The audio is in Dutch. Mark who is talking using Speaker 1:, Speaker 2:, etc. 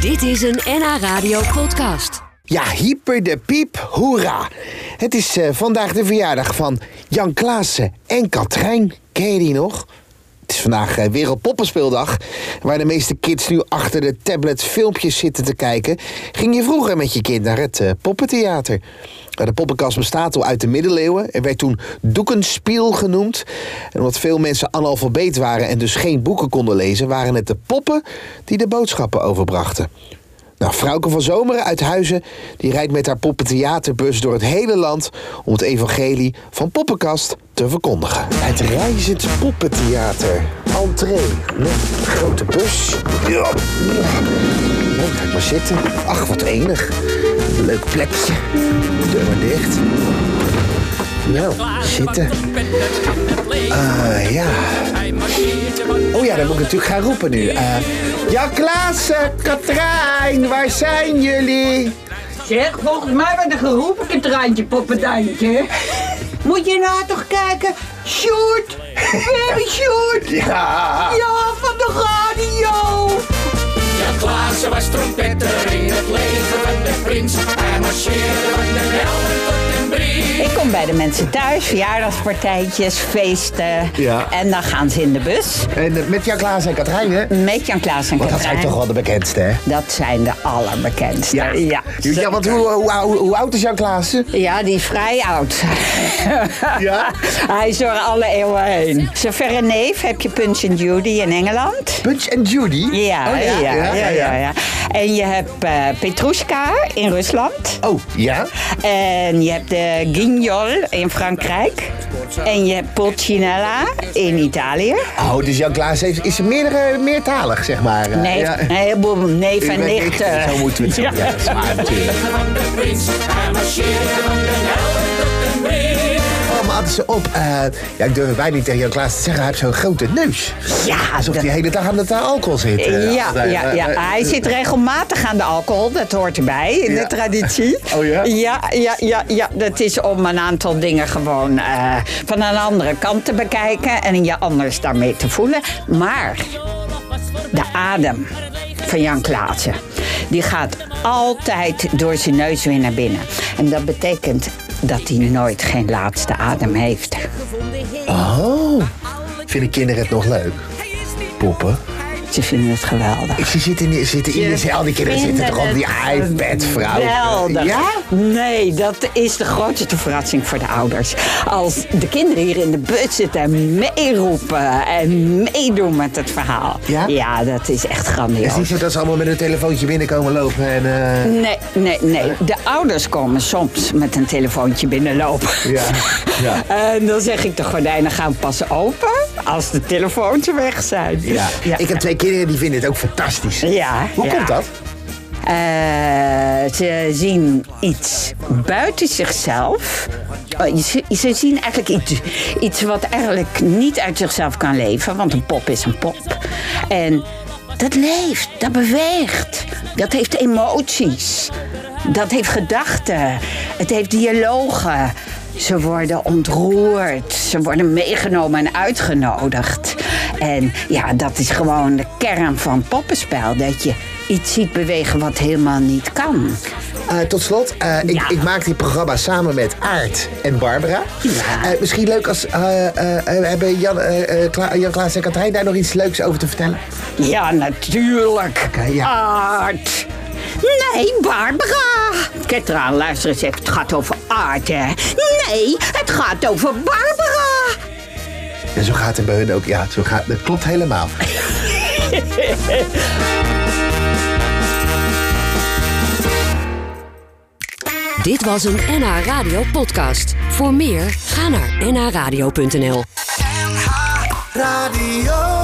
Speaker 1: Dit is een NH Radio podcast.
Speaker 2: Ja, hyper de piep, hoera. Het is vandaag de verjaardag van Jan Klaassen en Katrijn. Ken je die nog? Het is vandaag Wereldpoppenspeeldag. Waar de meeste kids nu achter de tablet filmpjes zitten te kijken. Ging je vroeger met je kind naar het poppentheater. De poppenkast bestaat al uit de middeleeuwen. Er werd toen Doekenspiel genoemd. En omdat veel mensen analfabeet waren en dus geen boeken konden lezen, waren het de poppen die de boodschappen overbrachten. Nou, Frauke van Zomeren uit Huizen die rijdt met haar poppentheaterbus door het hele land om het evangelie van Poppenkast te verkondigen. Het Reizend Poppentheater. Entree met een grote bus. Ja. Nou, ga ik maar zitten. Ach, wat enig. Een leuk plekje. Deur maar dicht. Nou, zitten. Ja. Oh ja, dan moet ik natuurlijk gaan roepen nu. Ja, Klaassen, Katrijn, waar zijn jullie?
Speaker 3: Zeg, volgens mij werd er geroepen, Katrijntje, poppenduintje. Moet je nou toch kijken? Sjoerd! Baby Sjoerd!
Speaker 2: Ja!
Speaker 3: Ja, van de radio!
Speaker 4: Ja, Klaassen was trompetter in het leger van de prins. Hij marcheerde van de helden tot den Brie.
Speaker 3: Ik kom bij de mensen thuis, verjaardagspartijtjes, feesten.
Speaker 2: Ja.
Speaker 3: En dan gaan ze in de bus.
Speaker 2: En met Jan Klaassen en Katrijn, hè?
Speaker 3: Met Jan Klaassen en
Speaker 2: Want dat
Speaker 3: Katrijn.
Speaker 2: zijn toch wel de bekendste, hè?
Speaker 3: Dat zijn de allerbekendste.
Speaker 2: Ja, want hoe oud is Jan Klaassen?
Speaker 3: Ja, die is vrij oud.
Speaker 2: Ja?
Speaker 3: Hij is door alle eeuwen heen. Zijn verre neef heb je Punch and Judy in Engeland.
Speaker 2: Punch and Judy?
Speaker 3: Ja,
Speaker 2: Oh,
Speaker 3: ja. En je hebt Petrushka in Rusland.
Speaker 2: Oh, ja?
Speaker 3: En je hebt de Guignol in Frankrijk. En je hebt Pulcinella in Italië.
Speaker 2: Oh, dus Jan Klaassen is meertalig, zeg maar.
Speaker 3: Nee,
Speaker 2: ja.
Speaker 3: een heleboel neef en nichten.
Speaker 2: Zo moeten we het zeggen. Ja, dat is waar natuurlijk.
Speaker 4: Van de prins, hij marcheerde van de helden tot den Brie.
Speaker 2: Oh, maar hadden ze op. Ja, ik durf het bijna niet tegen Jan Klaassen te zeggen. Hij heeft zo'n grote neus.
Speaker 3: Ja,
Speaker 2: Alsof hij de hele dag aan het alcohol zit.
Speaker 3: Ja. Hij zit regelmatig aan de alcohol. Dat hoort erbij in de traditie.
Speaker 2: Oh ja?
Speaker 3: Ja. Dat is om een aantal dingen gewoon van een andere kant te bekijken. En je anders daarmee te voelen. Maar de adem van Jan Klaassen, die gaat altijd door zijn neus weer naar binnen. En dat betekent dat hij nooit geen laatste adem heeft.
Speaker 2: Oh. Vinden kinderen het nog leuk? Poppen?
Speaker 3: Ze vinden het geweldig.
Speaker 2: Ze zitten al die kinderen zitten toch op die iPad, vrouw.
Speaker 3: Geweldig.
Speaker 2: Ja?
Speaker 3: Nee, dat is de grootste verrassing voor de ouders. Als de kinderen hier in de bus zitten en meeroepen en meedoen met het verhaal.
Speaker 2: Ja?
Speaker 3: Ja, dat is echt
Speaker 2: Het is
Speaker 3: grandioos.
Speaker 2: niet zo dat ze allemaal met hun telefoontje binnenkomen lopen en...
Speaker 3: Nee. De ouders komen soms met een telefoontje binnenlopen.
Speaker 2: Ja.
Speaker 3: En dan zeg ik, de gordijnen gaan pas open als de telefoons weg zijn.
Speaker 2: Ja. Ik heb 2 kinderen die vinden het ook fantastisch.
Speaker 3: Ja.
Speaker 2: Hoe komt dat?
Speaker 3: Ze zien iets buiten zichzelf. Ze zien eigenlijk iets wat eigenlijk niet uit zichzelf kan leven. Want een pop is een pop. En dat leeft, dat beweegt. Dat heeft emoties. Dat heeft gedachten. Het heeft dialogen. Ze worden ontroerd. Ze worden meegenomen en uitgenodigd. En ja, dat is gewoon de kern van poppenspel. Dat je iets ziet bewegen wat helemaal niet kan.
Speaker 2: Tot slot, ik maak dit programma samen met Aart en Barbara.
Speaker 3: Ja.
Speaker 2: Misschien leuk als... hebben Jan Klaassen en Katrijn daar nog iets leuks over te vertellen?
Speaker 3: Ja, natuurlijk.
Speaker 2: Oké, ja.
Speaker 3: Aart. Nee, Barbara. Kijk eraan, luister eens even. Het gaat over Aart, hè. Nee, het gaat over Barbara.
Speaker 2: En zo gaat het bij hun ook. Ja, dat klopt helemaal.
Speaker 1: Dit was een NH Radio podcast. Voor meer, ga naar nhradio.nl.
Speaker 5: NH Radio.